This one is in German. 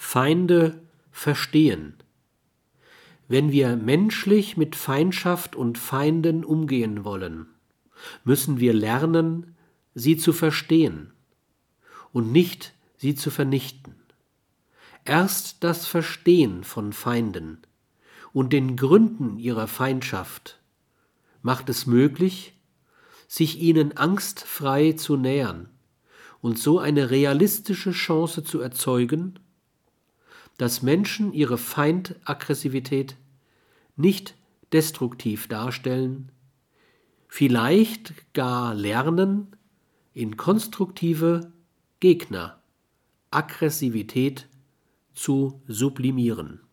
Feinde verstehen. Wenn wir menschlich mit Feindschaft und Feinden umgehen wollen, müssen wir lernen, sie zu verstehen und nicht sie zu vernichten. Erst das Verstehen von Feinden und den Gründen ihrer Feindschaft macht es möglich, sich ihnen angstfrei zu nähern und so eine realistische Chance zu erzeugen, dass Menschen ihre Feindaggressivität nicht destruktiv darstellen, vielleicht gar lernen, in konstruktive Gegneraggressivität zu sublimieren.